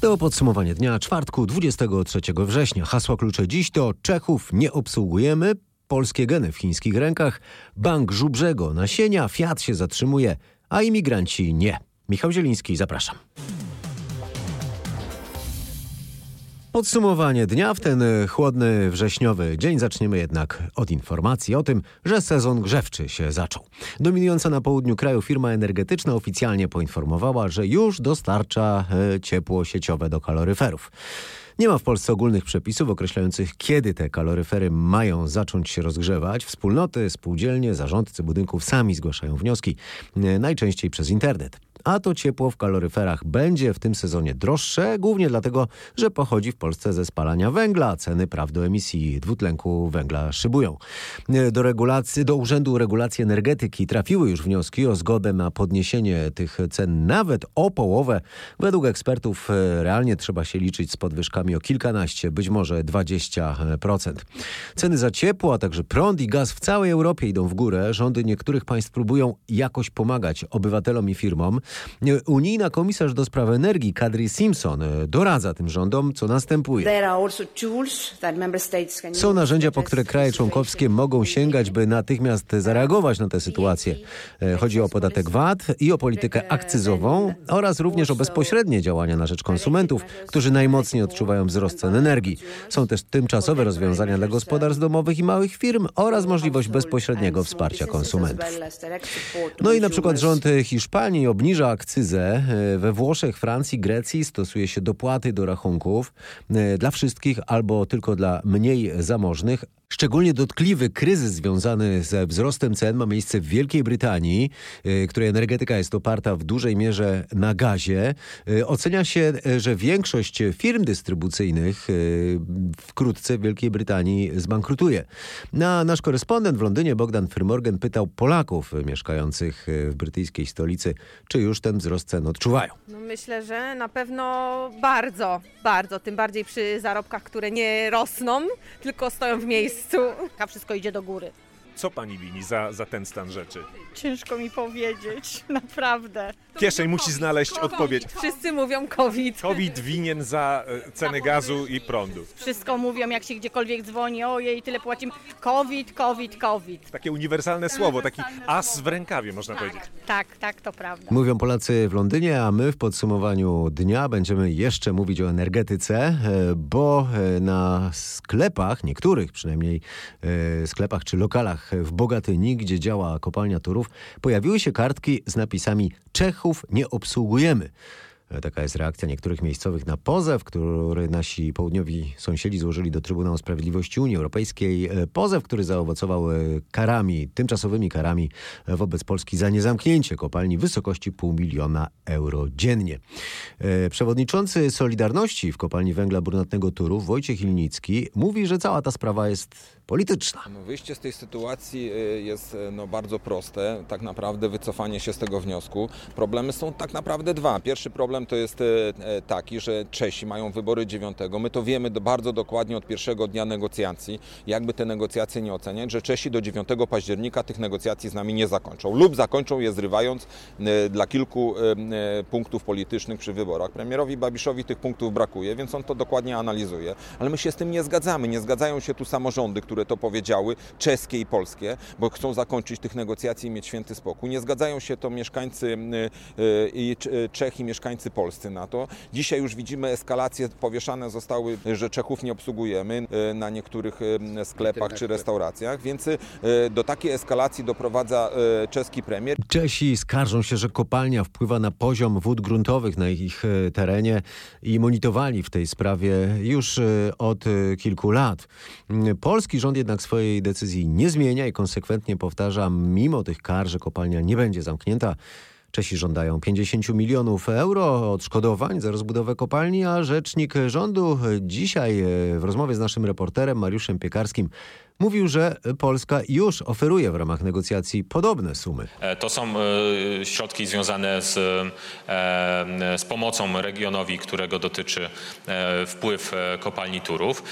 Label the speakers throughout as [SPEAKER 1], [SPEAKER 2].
[SPEAKER 1] To podsumowanie dnia czwartku 23 września. Hasła klucze dziś to: Czechów nie obsługujemy, polskie geny w chińskich rękach, bank żubrzego nasienia, Fiat się zatrzymuje, a imigranci nie. Michał Zieliński, zapraszam. Podsumowanie dnia w ten chłodny wrześniowy dzień zaczniemy jednak od informacji o tym, że sezon grzewczy się zaczął. Dominująca na południu kraju firma energetyczna oficjalnie poinformowała, że już dostarcza ciepło sieciowe do kaloryferów. Nie ma w Polsce ogólnych przepisów określających, kiedy te kaloryfery mają zacząć się rozgrzewać. Wspólnoty, spółdzielnie, zarządcy budynków sami zgłaszają wnioski, najczęściej przez internet. A to ciepło w kaloryferach będzie w tym sezonie droższe, głównie dlatego, że pochodzi w Polsce ze spalania węgla, a ceny praw do emisji dwutlenku węgla szybują. Do Urzędu Regulacji Energetyki trafiły już wnioski o zgodę na podniesienie tych cen nawet o połowę. Według ekspertów realnie trzeba się liczyć z podwyżkami o kilkanaście, być może 20%. Ceny za ciepło, a także prąd i gaz w całej Europie idą w górę. Rządy niektórych państw próbują jakoś pomagać obywatelom i firmom. Unijna komisarz do spraw energii Kadri Simpson doradza tym rządom, co następuje. Są narzędzia, po które kraje członkowskie mogą sięgać, by natychmiast zareagować na tę sytuację. Chodzi o podatek VAT i o politykę akcyzową oraz również o bezpośrednie działania na rzecz konsumentów, którzy najmocniej odczuwają wzrost cen energii. Są też tymczasowe rozwiązania dla gospodarstw domowych i małych firm oraz możliwość bezpośredniego wsparcia konsumentów. No i na przykład rząd Hiszpanii obniża akcyzę. We Włoszech, Francji, Grecji stosuje się dopłaty do rachunków dla wszystkich albo tylko dla mniej zamożnych. Szczególnie dotkliwy kryzys związany ze wzrostem cen ma miejsce w Wielkiej Brytanii, której energetyka jest oparta w dużej mierze na gazie. Ocenia się, że większość firm dystrybucyjnych wkrótce w Wielkiej Brytanii zbankrutuje. Nasz korespondent w Londynie, Bogdan Frymorgan, pytał Polaków mieszkających w brytyjskiej stolicy, czy już ten wzrost cen odczuwają.
[SPEAKER 2] No myślę, że na pewno bardzo, bardzo. Tym bardziej przy zarobkach, które nie rosną, tylko stoją w miejscu. A wszystko idzie do góry.
[SPEAKER 3] Co pani wini za ten stan rzeczy?
[SPEAKER 2] Ciężko mi powiedzieć, naprawdę.
[SPEAKER 3] Kieszeń musi znaleźć odpowiedź.
[SPEAKER 2] Wszyscy mówią COVID.
[SPEAKER 3] COVID winien za ceny gazu i prądu.
[SPEAKER 2] Wszystko mówią, jak się gdziekolwiek dzwoni, ojej, tyle płacimy. COVID.
[SPEAKER 3] Takie uniwersalne słowo, taki as w rękawie, można powiedzieć.
[SPEAKER 2] Tak, to prawda.
[SPEAKER 1] Mówią Polacy w Londynie, a my w podsumowaniu dnia będziemy jeszcze mówić o energetyce, bo na sklepach, niektórych przynajmniej sklepach czy lokalach w Bogatyni, gdzie działa kopalnia Turów, pojawiły się kartki z napisami: Czechów nie obsługujemy. Taka jest reakcja niektórych miejscowych na pozew, który nasi południowi sąsiedzi złożyli do Trybunału Sprawiedliwości Unii Europejskiej. Pozew, który zaowocował tymczasowymi karami wobec Polski za niezamknięcie kopalni w wysokości 500 000 euro dziennie. Przewodniczący Solidarności w kopalni węgla brunatnego Turów, Wojciech Ilnicki, mówi, że cała ta sprawa jest polityczna.
[SPEAKER 4] Wyjście z tej sytuacji jest bardzo proste. Tak naprawdę wycofanie się z tego wniosku. Problemy są tak naprawdę dwa. Pierwszy problem to jest taki, że Czesi mają wybory 9. My to wiemy bardzo dokładnie od pierwszego dnia negocjacji, jakby te negocjacje nie oceniać, że Czesi do 9 października tych negocjacji z nami nie zakończą lub zakończą je zrywając dla kilku punktów politycznych przy wyborach. Premierowi Babiszowi tych punktów brakuje, więc on to dokładnie analizuje. Ale my się z tym nie zgadzamy. Nie zgadzają się tu samorządy, które to powiedziały, czeskie i polskie, bo chcą zakończyć tych negocjacji i mieć święty spokój. Nie zgadzają się to mieszkańcy Czech i mieszkańcy polscy na to. Dzisiaj już widzimy eskalacje, powieszane zostały, że Czechów nie obsługujemy na niektórych sklepach czy restauracjach, więc do takiej eskalacji doprowadza czeski premier.
[SPEAKER 1] Czesi skarżą się, że kopalnia wpływa na poziom wód gruntowych na ich terenie i monitorowali w tej sprawie już od kilku lat. Polski rząd jednak swojej decyzji nie zmienia i konsekwentnie powtarza, mimo tych kar, że kopalnia nie będzie zamknięta. Czesi żądają 50 milionów euro odszkodowań za rozbudowę kopalni, a rzecznik rządu dzisiaj w rozmowie z naszym reporterem Mariuszem Piekarskim mówił, że Polska już oferuje w ramach negocjacji podobne sumy.
[SPEAKER 5] To są środki związane z pomocą regionowi, którego dotyczy wpływ kopalni Turów.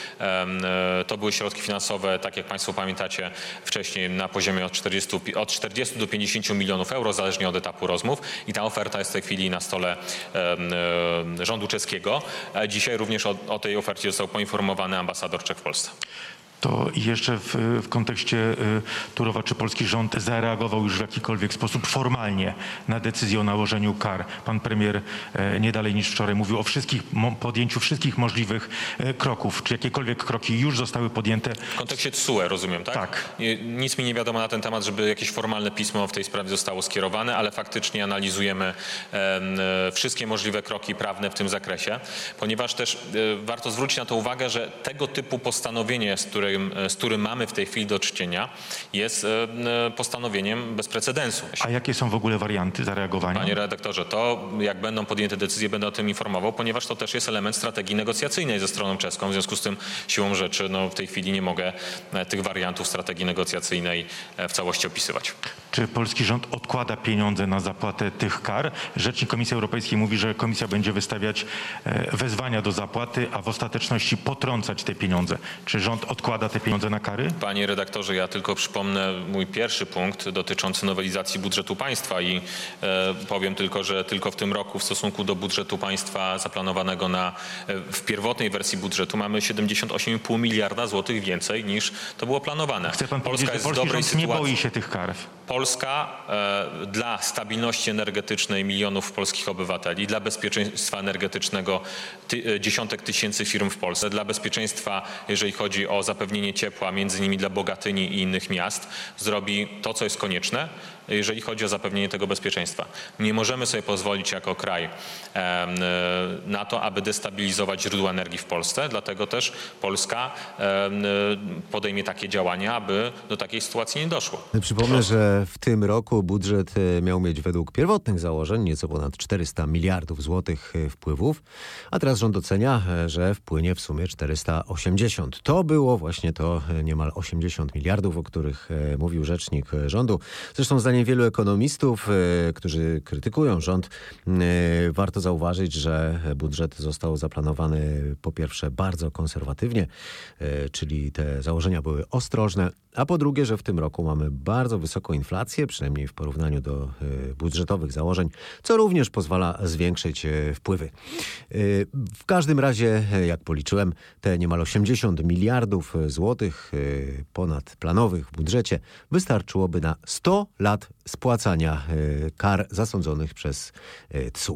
[SPEAKER 5] To były środki finansowe, tak jak Państwo pamiętacie, wcześniej na poziomie od 40 do 50 milionów euro, zależnie od etapu rozmów. I ta oferta jest w tej chwili na stole rządu czeskiego. Dzisiaj również o tej ofercie został poinformowany ambasador Czech w Polsce.
[SPEAKER 6] To jeszcze w kontekście Turowa, czy polski rząd zareagował już w jakikolwiek sposób formalnie na decyzję o nałożeniu kar? Pan premier nie dalej niż wczoraj mówił o podjęciu wszystkich możliwych kroków. Czy jakiekolwiek kroki już zostały podjęte?
[SPEAKER 5] W kontekście TSUE, rozumiem, tak?
[SPEAKER 6] Tak.
[SPEAKER 5] Nic mi nie wiadomo na ten temat, żeby jakieś formalne pismo w tej sprawie zostało skierowane, ale faktycznie analizujemy wszystkie możliwe kroki prawne w tym zakresie, ponieważ też warto zwrócić na to uwagę, że tego typu postanowienie, z którym mamy w tej chwili do czynienia, jest postanowieniem bez precedensu.
[SPEAKER 6] A jakie są w ogóle warianty zareagowania?
[SPEAKER 5] Panie redaktorze, to jak będą podjęte decyzje, będę o tym informował, ponieważ to też jest element strategii negocjacyjnej ze stroną czeską. W związku z tym siłą rzeczy w tej chwili nie mogę tych wariantów strategii negocjacyjnej w całości opisywać.
[SPEAKER 6] Czy polski rząd odkłada pieniądze na zapłatę tych kar? Rzecznik Komisji Europejskiej mówi, że Komisja będzie wystawiać wezwania do zapłaty, a w ostateczności potrącać te pieniądze. Czy rząd odkłada te pieniądze na kary?
[SPEAKER 5] Panie redaktorze, ja tylko przypomnę mój pierwszy punkt dotyczący nowelizacji budżetu państwa i powiem tylko, że tylko w tym roku w stosunku do budżetu państwa zaplanowanego w pierwotnej wersji budżetu mamy 78,5 miliarda złotych więcej niż to było planowane.
[SPEAKER 6] Chce pan powiedzieć, że polski rząd nie boi się tych kar?
[SPEAKER 5] Polska dla stabilności energetycznej milionów polskich obywateli, dla bezpieczeństwa energetycznego dziesiątek tysięcy firm w Polsce, dla bezpieczeństwa, jeżeli chodzi o zapewnienie ciepła, między innymi dla Bogatyni i innych miast, zrobi to, co jest konieczne, jeżeli chodzi o zapewnienie tego bezpieczeństwa. Nie możemy sobie pozwolić jako kraj na to, aby destabilizować źródła energii w Polsce, dlatego też Polska podejmie takie działania, aby do takiej sytuacji nie doszło.
[SPEAKER 1] Przypomnę, że w tym roku budżet miał mieć według pierwotnych założeń nieco ponad 400 miliardów złotych wpływów, a teraz rząd ocenia, że wpłynie w sumie 480. To było właśnie to niemal 80 miliardów, o których mówił rzecznik rządu. Zresztą zdaniem wielu ekonomistów, którzy krytykują rząd, warto zauważyć, że budżet został zaplanowany po pierwsze bardzo konserwatywnie, czyli te założenia były ostrożne, a po drugie, że w tym roku mamy bardzo wysoką inflację, przynajmniej w porównaniu do budżetowych założeń, co również pozwala zwiększyć wpływy. W każdym razie, jak policzyłem, te niemal 80 miliardów złotych ponadplanowych w budżecie wystarczyłoby na 100 lat spłacania kar zasądzonych przez TSUE.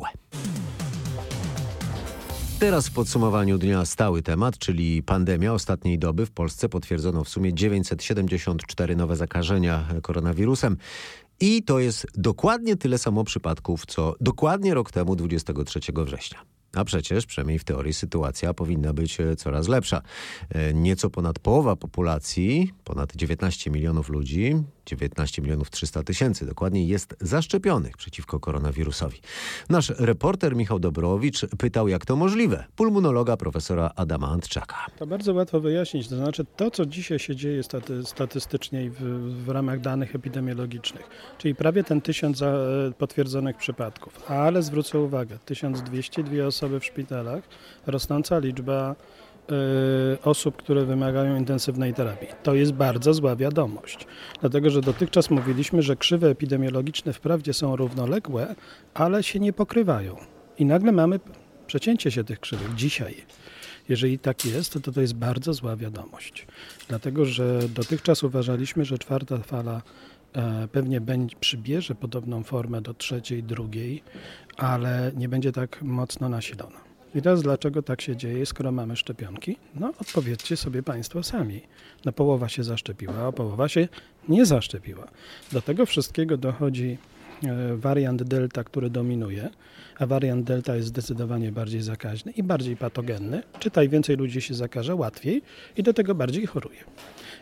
[SPEAKER 1] Teraz w podsumowaniu dnia stały temat, czyli pandemia. Ostatniej doby w Polsce potwierdzono w sumie 974 nowe zakażenia koronawirusem. I to jest dokładnie tyle samo przypadków, co dokładnie rok temu, 23 września. A przecież, przynajmniej w teorii, sytuacja powinna być coraz lepsza. Nieco ponad połowa populacji, ponad 19 milionów ludzi, 19 milionów 300 tysięcy dokładnie, jest zaszczepionych przeciwko koronawirusowi. Nasz reporter Michał Dobrowicz pytał, jak to możliwe. Pulmonologa profesora Adama Antczaka.
[SPEAKER 7] To bardzo łatwo wyjaśnić. To znaczy to, co dzisiaj się dzieje statystycznie w ramach danych epidemiologicznych, czyli prawie 1000 potwierdzonych przypadków. Ale zwrócę uwagę, 1202 osoby w szpitalach, rosnąca liczba osób, które wymagają intensywnej terapii. To jest bardzo zła wiadomość, dlatego że dotychczas mówiliśmy, że krzywe epidemiologiczne wprawdzie są równoległe, ale się nie pokrywają. I nagle mamy przecięcie się tych krzywych dzisiaj. Jeżeli tak jest, to jest bardzo zła wiadomość, dlatego że dotychczas uważaliśmy, że 4. fala pewnie przybierze podobną formę do 3., 2., ale nie będzie tak mocno nasilona. I teraz dlaczego tak się dzieje, skoro mamy szczepionki? No odpowiedzcie sobie Państwo sami. No połowa się zaszczepiła, a połowa się nie zaszczepiła. Do tego wszystkiego dochodzi wariant delta, który dominuje, a wariant delta jest zdecydowanie bardziej zakaźny i bardziej patogenny. Czytaj, więcej ludzi się zakaże łatwiej i do tego bardziej choruje.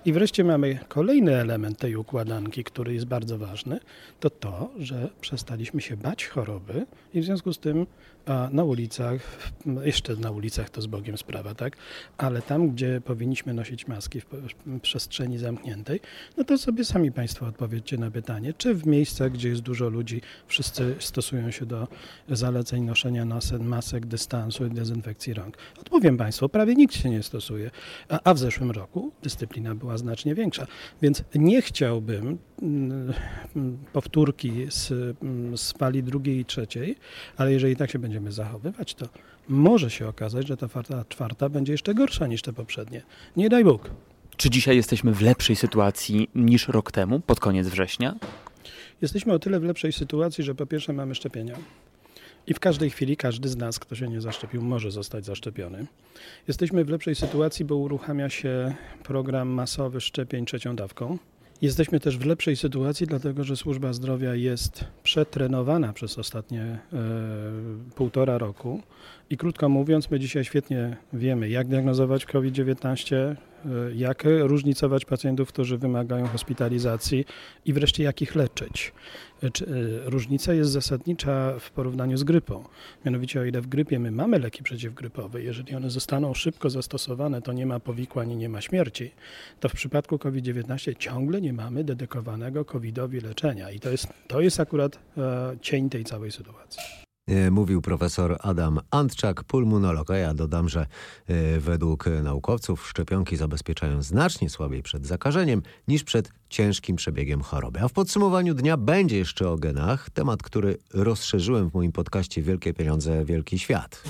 [SPEAKER 7] I wreszcie mamy kolejny element tej układanki, który jest bardzo ważny, to, że przestaliśmy się bać choroby i w związku z tym na ulicach, jeszcze na ulicach to z Bogiem sprawa, tak? Ale tam, gdzie powinniśmy nosić maski w przestrzeni zamkniętej, no to sobie sami Państwo odpowiedzcie na pytanie, czy w miejscach, gdzie jest dużo ludzi, wszyscy stosują się do zaleceń noszenia masek, dystansu i dezynfekcji rąk. Odpowiem Państwu, prawie nikt się nie stosuje, a w zeszłym roku dyscyplina była znacznie większa, więc nie chciałbym powtórki z fali drugiej i trzeciej, ale jeżeli tak się będziemy zachowywać, to może się okazać, że ta fala czwarta będzie jeszcze gorsza niż te poprzednie. Nie daj Bóg.
[SPEAKER 8] Czy dzisiaj jesteśmy w lepszej sytuacji niż rok temu, pod koniec września?
[SPEAKER 7] Jesteśmy o tyle w lepszej sytuacji, że po pierwsze mamy szczepienia. I w każdej chwili każdy z nas, kto się nie zaszczepił, może zostać zaszczepiony. Jesteśmy w lepszej sytuacji, bo uruchamia się program masowy szczepień trzecią dawką. Jesteśmy też w lepszej sytuacji, dlatego że służba zdrowia jest przetrenowana przez ostatnie 1,5 roku i krótko mówiąc, my dzisiaj świetnie wiemy, jak diagnozować COVID-19, jak różnicować pacjentów, którzy wymagają hospitalizacji i wreszcie jak ich leczyć. Różnica jest zasadnicza w porównaniu z grypą. Mianowicie o ile w grypie my mamy leki przeciwgrypowe, jeżeli one zostaną szybko zastosowane, to nie ma powikłań i nie ma śmierci, to w przypadku COVID-19 ciągle nie mamy dedykowanego COVID-owi leczenia i to jest akurat cień tej całej sytuacji.
[SPEAKER 1] Mówił profesor Adam Antczak, pulmonolog. A ja dodam, że według naukowców szczepionki zabezpieczają znacznie słabiej przed zakażeniem niż przed ciężkim przebiegiem choroby. A w podsumowaniu dnia będzie jeszcze o genach, temat, który rozszerzyłem w moim podcaście Wielkie Pieniądze, Wielki Świat.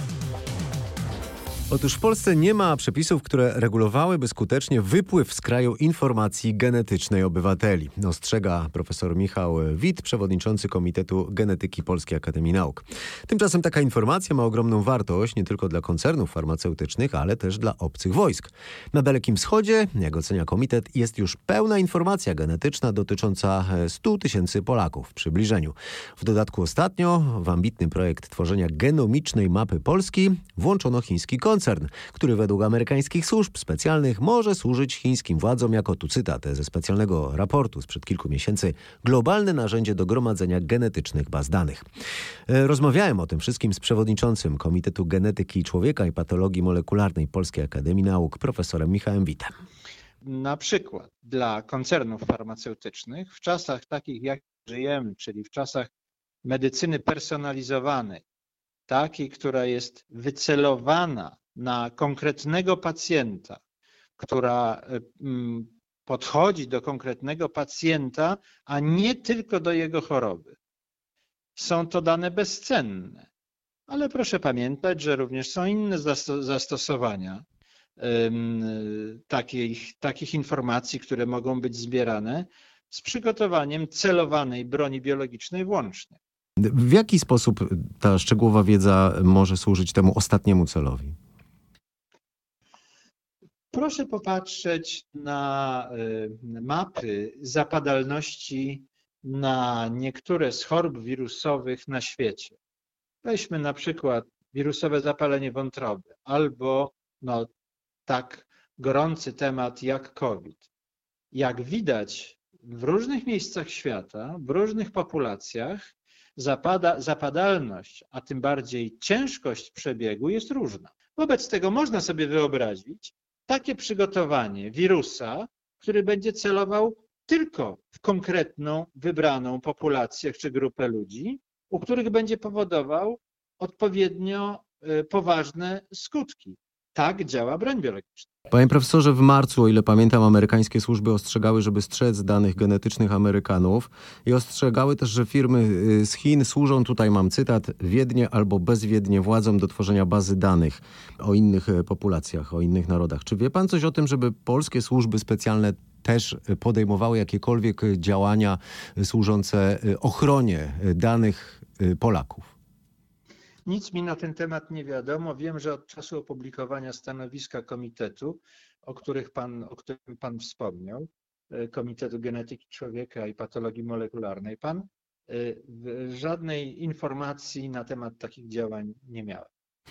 [SPEAKER 1] Otóż w Polsce nie ma przepisów, które regulowałyby skutecznie wypływ z kraju informacji genetycznej obywateli. Ostrzega profesor Michał Wit, przewodniczący Komitetu Genetyki Polskiej Akademii Nauk. Tymczasem taka informacja ma ogromną wartość nie tylko dla koncernów farmaceutycznych, ale też dla obcych wojsk. Na Dalekim Wschodzie, jak ocenia komitet, jest już pełna informacja genetyczna dotycząca 100 000 Polaków w przybliżeniu. W dodatku ostatnio w ambitny projekt tworzenia genomicznej mapy Polski włączono chiński koncern, który według amerykańskich służb specjalnych może służyć chińskim władzom jako, tu cytat ze specjalnego raportu sprzed kilku miesięcy, globalne narzędzie do gromadzenia genetycznych baz danych. Rozmawiałem o tym wszystkim z przewodniczącym Komitetu Genetyki Człowieka i Patologii Molekularnej Polskiej Akademii Nauk, profesorem Michałem Witem.
[SPEAKER 9] Na przykład dla koncernów farmaceutycznych w czasach takich, jak żyjemy, czyli w czasach medycyny personalizowanej, takiej, która jest wycelowana na konkretnego pacjenta, która podchodzi do konkretnego pacjenta, a nie tylko do jego choroby. Są to dane bezcenne, ale proszę pamiętać, że również są inne zastosowania takich informacji, które mogą być zbierane z przygotowaniem celowanej broni biologicznej włącznie.
[SPEAKER 1] W jaki sposób ta szczegółowa wiedza może służyć temu ostatniemu celowi?
[SPEAKER 9] Proszę popatrzeć na mapy zapadalności na niektóre z chorób wirusowych na świecie. Weźmy na przykład wirusowe zapalenie wątroby albo tak gorący temat jak COVID. Jak widać w różnych miejscach świata, w różnych populacjach zapadalność, a tym bardziej ciężkość przebiegu jest różna. Wobec tego można sobie wyobrazić takie przygotowanie wirusa, który będzie celował tylko w konkretną, wybraną populację czy grupę ludzi, u których będzie powodował odpowiednio poważne skutki. Tak działa broń biologiczna.
[SPEAKER 1] Panie profesorze, w marcu, o ile pamiętam, amerykańskie służby ostrzegały, żeby strzec danych genetycznych Amerykanów i ostrzegały też, że firmy z Chin służą, tutaj mam cytat, wiednie albo bezwiednie władzom do tworzenia bazy danych o innych populacjach, o innych narodach. Czy wie pan coś o tym, żeby polskie służby specjalne też podejmowały jakiekolwiek działania służące ochronie danych Polaków?
[SPEAKER 9] Nic mi na ten temat nie wiadomo. Wiem, że od czasu opublikowania stanowiska komitetu, o którym pan wspomniał, Komitetu Genetyki Człowieka i Patologii Molekularnej, pan żadnej informacji na temat takich działań nie miałem.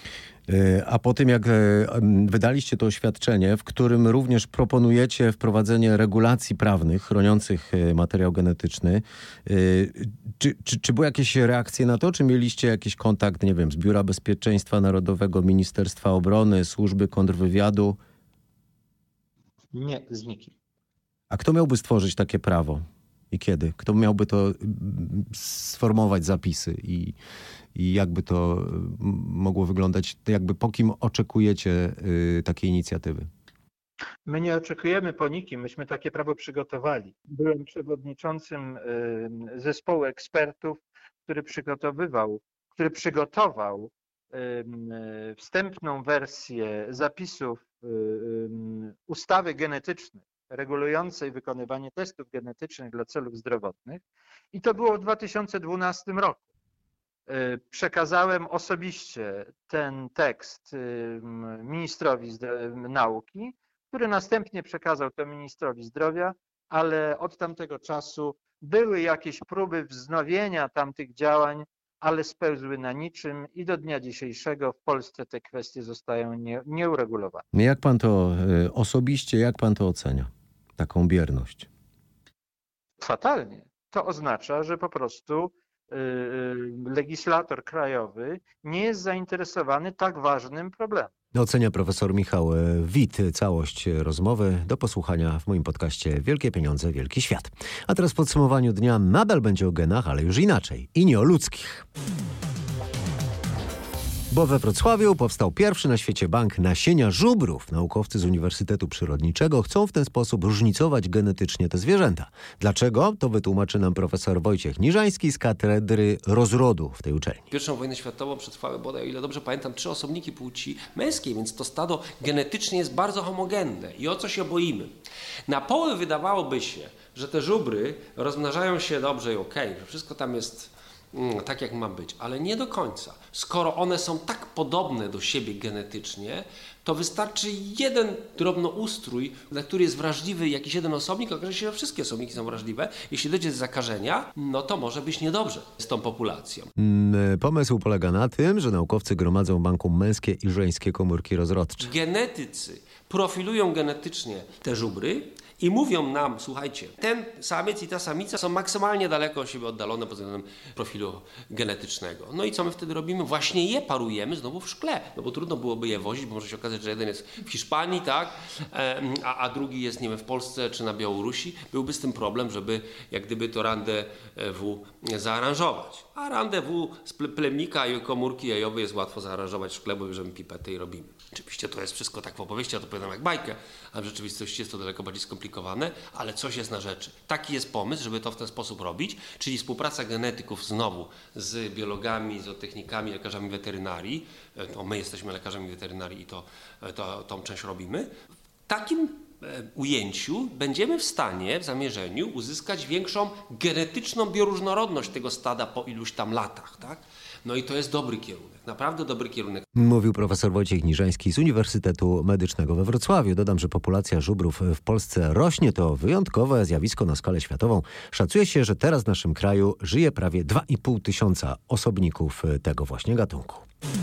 [SPEAKER 1] A po tym, jak wydaliście to oświadczenie, w którym również proponujecie wprowadzenie regulacji prawnych chroniących materiał genetyczny, czy były jakieś reakcje na to? Czy mieliście jakiś kontakt, nie wiem, z Biura Bezpieczeństwa Narodowego, Ministerstwa Obrony, Służby Kontrwywiadu?
[SPEAKER 9] Nie, z nikim.
[SPEAKER 1] A kto miałby stworzyć takie prawo i kiedy? Kto miałby to sformułować zapisy i jakby to mogło wyglądać? Jakby po kim oczekujecie takiej inicjatywy?
[SPEAKER 9] My nie oczekujemy po nikim, myśmy takie prawo przygotowali. Byłem przewodniczącym zespołu ekspertów, który przygotował wstępną wersję zapisów ustawy genetycznej regulującej wykonywanie testów genetycznych dla celów zdrowotnych i to było w 2012 roku. Przekazałem osobiście ten tekst ministrowi nauki, który następnie przekazał to ministrowi zdrowia, ale od tamtego czasu były jakieś próby wznowienia tamtych działań, ale spełzły na niczym i do dnia dzisiejszego w Polsce te kwestie zostają nieuregulowane.
[SPEAKER 1] Jak pan to osobiście, jak pan to ocenia? Taką bierność?
[SPEAKER 9] Fatalnie. To oznacza, że po prostu legislator krajowy nie jest zainteresowany tak ważnym problemem.
[SPEAKER 1] Ocenia profesor Michał Wit. Całość rozmowy do posłuchania w moim podcaście Wielkie Pieniądze, Wielki Świat. A teraz w podsumowaniu dnia nadal będzie o genach, ale już inaczej i nie o ludzkich. Bo we Wrocławiu powstał pierwszy na świecie bank nasienia żubrów. Naukowcy z Uniwersytetu Przyrodniczego chcą w ten sposób różnicować genetycznie te zwierzęta. Dlaczego? To wytłumaczy nam profesor Wojciech Niżański z Katedry Rozrodu w tej uczelni.
[SPEAKER 10] Pierwszą wojnę światową przetrwały bodaj, o ile dobrze pamiętam, 3 osobniki płci męskiej, więc to stado genetycznie jest bardzo homogenne. I o co się boimy? Na poły wydawałoby się, że te żubry rozmnażają się dobrze i okej, że wszystko tam jest tak jak ma być, ale nie do końca. Skoro one są tak podobne do siebie genetycznie, to wystarczy jeden drobnoustrój, na który jest wrażliwy jakiś jeden osobnik, okaże się, że wszystkie osobniki są wrażliwe. Jeśli dojdzie do zakażenia, no to może być niedobrze z tą populacją.
[SPEAKER 1] Pomysł polega na tym, że naukowcy gromadzą w banku męskie i żeńskie komórki rozrodcze.
[SPEAKER 10] Genetycy profilują genetycznie te żubry i mówią nam, słuchajcie, ten samiec i ta samica są maksymalnie daleko od siebie oddalone pod względem profilu genetycznego. No i co my wtedy robimy? Właśnie je parujemy znowu w szkle, no bo trudno byłoby je wozić, bo może się okazać, że jeden jest w Hiszpanii, tak, a drugi jest, nie wiem, w Polsce czy na Białorusi. Byłby z tym problem, żeby jak gdyby to rendezvous zaaranżować. A rendezvous z plemnika i komórki jajowej jest łatwo zaaranżować w szkle, bo bierzemy pipetę i robimy. Oczywiście to jest wszystko tak w opowieści, ja to opowiadam jak bajkę, a w rzeczywistości jest to daleko bardziej skomplikowane, ale coś jest na rzeczy. Taki jest pomysł, żeby to w ten sposób robić, czyli współpraca genetyków znowu z biologami, zootechnikami, lekarzami weterynarii. To my jesteśmy lekarzami weterynarii i tą część robimy. W takim ujęciu będziemy w stanie w zamierzeniu uzyskać większą genetyczną bioróżnorodność tego stada po iluś tam latach, tak? No i to jest dobry kierunek, naprawdę dobry kierunek.
[SPEAKER 1] Mówił profesor Wojciech Niżański z Uniwersytetu Medycznego we Wrocławiu. Dodam, że populacja żubrów w Polsce rośnie. To wyjątkowe zjawisko na skalę światową. Szacuje się, że teraz w naszym kraju żyje prawie 2,5 tysiąca osobników tego właśnie gatunku.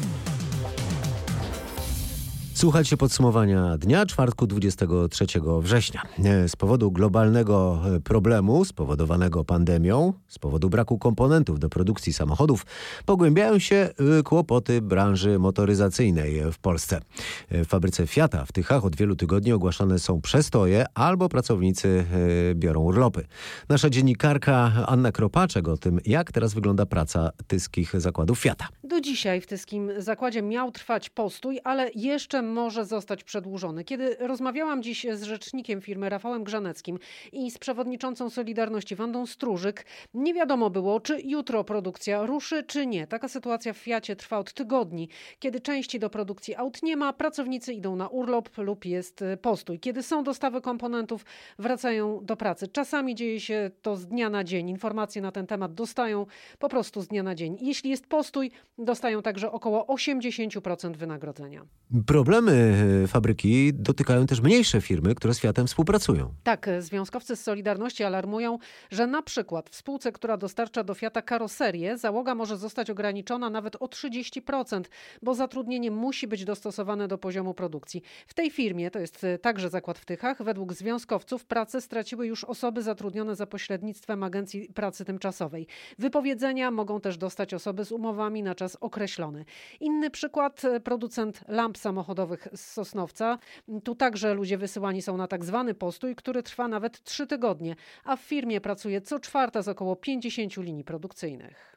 [SPEAKER 1] Słuchajcie podsumowania dnia czwartku 23 września. Z powodu globalnego problemu spowodowanego pandemią, z powodu braku komponentów do produkcji samochodów, pogłębiają się kłopoty branży motoryzacyjnej w Polsce. W fabryce Fiata w Tychach od wielu tygodni ogłaszane są przestoje albo pracownicy biorą urlopy. Nasza dziennikarka Anna Kropaczek o tym, jak teraz wygląda praca tyskich zakładów Fiata.
[SPEAKER 11] Do dzisiaj w tyskim zakładzie miał trwać postój, ale jeszcze może zostać przedłużony. Kiedy rozmawiałam dziś z rzecznikiem firmy Rafałem Grzaneckim i z przewodniczącą Solidarności Wandą Stróżyk, nie wiadomo było, czy jutro produkcja ruszy, czy nie. Taka sytuacja w Fiacie trwa od tygodni. Kiedy części do produkcji aut nie ma, pracownicy idą na urlop lub jest postój. Kiedy są dostawy komponentów, wracają do pracy. Czasami dzieje się to z dnia na dzień. Informacje na ten temat dostają po prostu z dnia na dzień. Jeśli jest postój, Dostają także około 80% wynagrodzenia.
[SPEAKER 1] Problemy fabryki dotykają też mniejsze firmy, które z Fiatem współpracują.
[SPEAKER 11] Tak, związkowcy z Solidarności alarmują, że na przykład w spółce, która dostarcza do Fiata karoserię, załoga może zostać ograniczona nawet o 30%, bo zatrudnienie musi być dostosowane do poziomu produkcji. W tej firmie, to jest także zakład w Tychach, według związkowców pracę straciły już osoby zatrudnione za pośrednictwem Agencji Pracy Tymczasowej. Wypowiedzenia mogą też dostać osoby z umowami na czas określony. Inny przykład, producent lamp samochodowych z Sosnowca. Tu także ludzie wysyłani są na tak zwany postój, który trwa nawet 3 tygodnie, a w firmie pracuje co czwarta z około 50 linii produkcyjnych.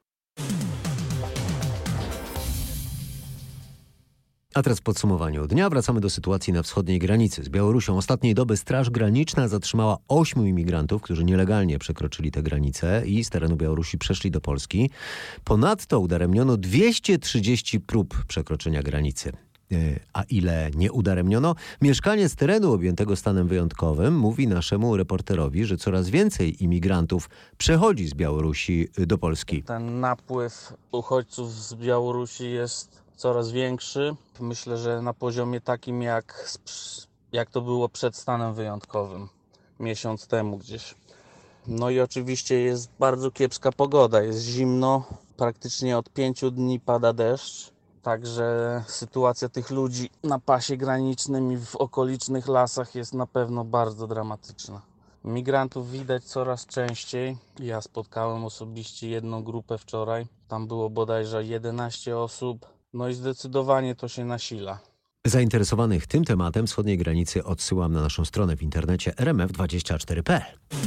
[SPEAKER 1] A teraz w podsumowaniu dnia wracamy do sytuacji na wschodniej granicy. Z Białorusią ostatniej doby Straż Graniczna zatrzymała 8 imigrantów, którzy nielegalnie przekroczyli tę granicę i z terenu Białorusi przeszli do Polski. Ponadto udaremniono 230 prób przekroczenia granicy. A ile nie udaremniono? Mieszkaniec terenu objętego stanem wyjątkowym mówi naszemu reporterowi, że coraz więcej imigrantów przechodzi z Białorusi do Polski.
[SPEAKER 12] Ten napływ uchodźców z Białorusi jest coraz większy. Myślę, że na poziomie takim jak to było przed stanem wyjątkowym, miesiąc temu gdzieś. No i oczywiście jest bardzo kiepska pogoda, jest zimno, praktycznie od 5 dni pada deszcz. Także sytuacja tych ludzi na pasie granicznym i w okolicznych lasach jest na pewno bardzo dramatyczna. Migrantów widać coraz częściej. Ja spotkałem osobiście jedną grupę wczoraj. Tam było bodajże 11 osób. No i zdecydowanie to się nasila.
[SPEAKER 1] Zainteresowanych tym tematem wschodniej granicy odsyłam na naszą stronę w internecie rmf24.pl.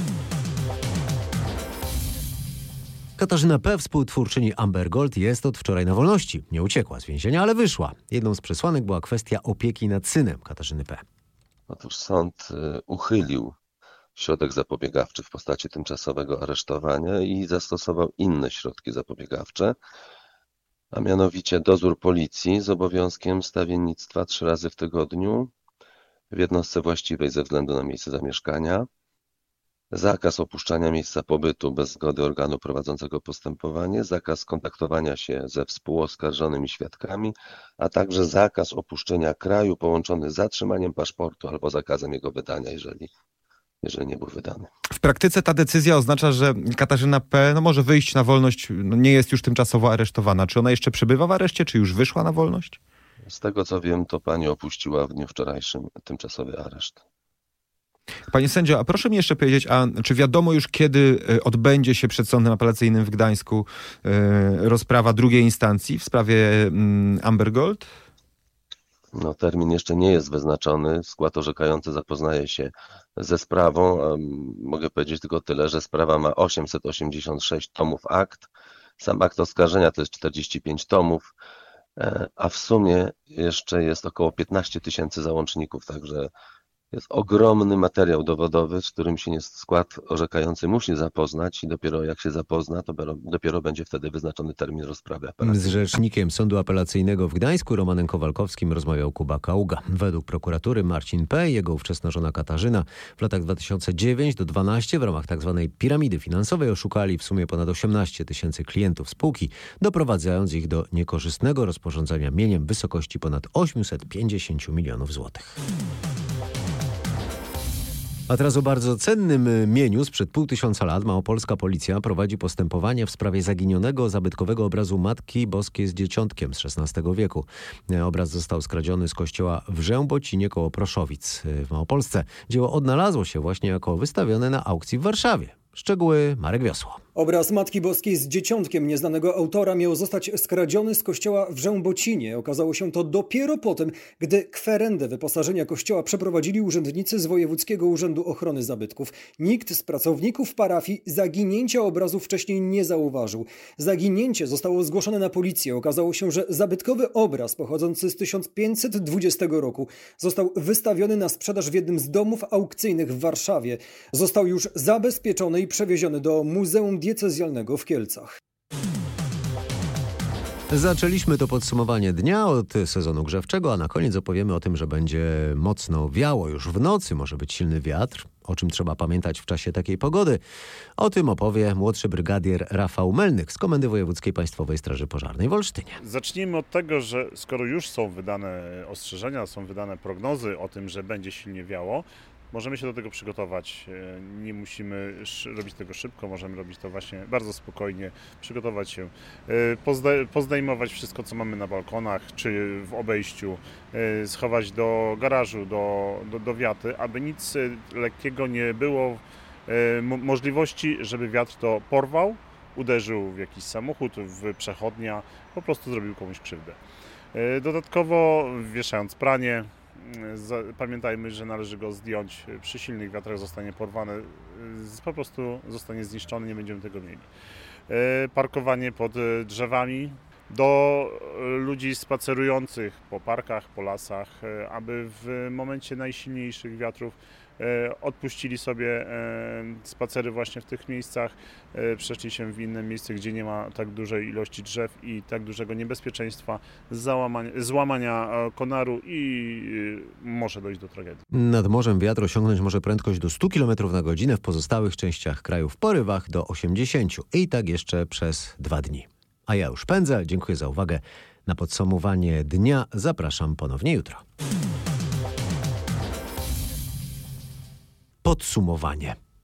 [SPEAKER 1] Katarzyna P., współtwórczyni Amber Gold, jest od wczoraj na wolności. Nie uciekła z więzienia, ale wyszła. Jedną z przesłanek była kwestia opieki nad synem Katarzyny P.
[SPEAKER 13] Otóż sąd uchylił środek zapobiegawczy w postaci tymczasowego aresztowania i zastosował inne środki zapobiegawcze, a mianowicie dozór policji z obowiązkiem stawiennictwa 3 razy w tygodniu w jednostce właściwej ze względu na miejsce zamieszkania, zakaz opuszczania miejsca pobytu bez zgody organu prowadzącego postępowanie, zakaz kontaktowania się ze współoskarżonymi świadkami, a także zakaz opuszczenia kraju połączony z zatrzymaniem paszportu albo zakazem jego wydania, jeżeli nie był wydany.
[SPEAKER 14] W praktyce ta decyzja oznacza, że Katarzyna P. może wyjść na wolność, nie jest już tymczasowo aresztowana. Czy ona jeszcze przebywa w areszcie, czy już wyszła na wolność?
[SPEAKER 13] Z tego co wiem, to pani opuściła w dniu wczorajszym tymczasowy areszt.
[SPEAKER 14] Panie sędzio, a proszę mi jeszcze powiedzieć, czy wiadomo już, kiedy odbędzie się przed Sądem Apelacyjnym w Gdańsku rozprawa drugiej instancji w sprawie Amber Gold?
[SPEAKER 13] No, termin jeszcze nie jest wyznaczony. Skład orzekający zapoznaje się ze sprawą. Mogę powiedzieć tylko tyle, że sprawa ma 886 tomów akt. Sam akt oskarżenia to jest 45 tomów, a w sumie jeszcze jest około 15 000 załączników, także jest ogromny materiał dowodowy, z którym się skład orzekający musi zapoznać i dopiero jak się zapozna, to dopiero będzie wtedy wyznaczony termin rozprawy apelacyjnej.
[SPEAKER 1] Z rzecznikiem Sądu Apelacyjnego w Gdańsku Romanem Kowalkowskim rozmawiał Kuba Kaługa. Według prokuratury Marcin P. i jego ówczesna żona Katarzyna w latach 2009-2012 w ramach tzw. piramidy finansowej oszukali w sumie ponad 18 000 klientów spółki, doprowadzając ich do niekorzystnego rozporządzania mieniem w wysokości ponad 850 milionów złotych. A teraz o bardzo cennym mieniu sprzed 500 lat. Małopolska policja prowadzi postępowanie w sprawie zaginionego zabytkowego obrazu Matki Boskiej z Dzieciątkiem z XVI wieku. Obraz został skradziony z kościoła w Rzębocinie koło Proszowic w Małopolsce. Dzieło odnalazło się właśnie jako wystawione na aukcji w Warszawie. Szczegóły Marek Wiosło.
[SPEAKER 15] Obraz Matki Boskiej z Dzieciątkiem nieznanego autora miał zostać skradziony z kościoła w Rzębocinie. Okazało się to dopiero po tym, gdy kwerendę wyposażenia kościoła przeprowadzili urzędnicy z Wojewódzkiego Urzędu Ochrony Zabytków. Nikt z pracowników parafii zaginięcia obrazu wcześniej nie zauważył. Zaginięcie zostało zgłoszone na policję. Okazało się, że zabytkowy obraz pochodzący z 1520 roku został wystawiony na sprzedaż w jednym z domów aukcyjnych w Warszawie. Został już zabezpieczony i przewieziony do Muzeum Diecezjalnego w Kielcach.
[SPEAKER 1] Zaczęliśmy to podsumowanie dnia od sezonu grzewczego, a na koniec opowiemy o tym, że będzie mocno wiało już w nocy, może być silny wiatr. O czym trzeba pamiętać w czasie takiej pogody? O tym opowie młodszy brygadier Rafał Melnyk z Komendy Wojewódzkiej Państwowej Straży Pożarnej w Olsztynie.
[SPEAKER 16] Zacznijmy od tego, że skoro już są wydane ostrzeżenia, są wydane prognozy o tym, że będzie silnie wiało, możemy się do tego przygotować. Nie musimy robić tego szybko, możemy robić to właśnie bardzo spokojnie, przygotować się, pozdejmować wszystko, co mamy na balkonach czy w obejściu, schować do garażu, do wiaty, aby nic lekkiego nie było możliwości, żeby wiatr to porwał, uderzył w jakiś samochód, w przechodnia, po prostu zrobił komuś krzywdę. Dodatkowo wieszając pranie, pamiętajmy, że należy go zdjąć. Przy silnych wiatrach zostanie porwane, po prostu zostanie zniszczony, nie będziemy tego mieli. Parkowanie pod drzewami. Do ludzi spacerujących po parkach, po lasach, aby w momencie najsilniejszych wiatrów odpuścili sobie spacery właśnie w tych miejscach, przeszli się w inne miejsce, gdzie nie ma tak dużej ilości drzew i tak dużego niebezpieczeństwa złamania konaru i może dojść do tragedii.
[SPEAKER 1] Nad morzem wiatr osiągnąć może prędkość do 100 km na godzinę, w pozostałych częściach kraju w porywach do 80 i tak jeszcze przez 2 dni. A ja już pędzę, dziękuję za uwagę. Na podsumowanie dnia zapraszam ponownie jutro. Podsumowanie.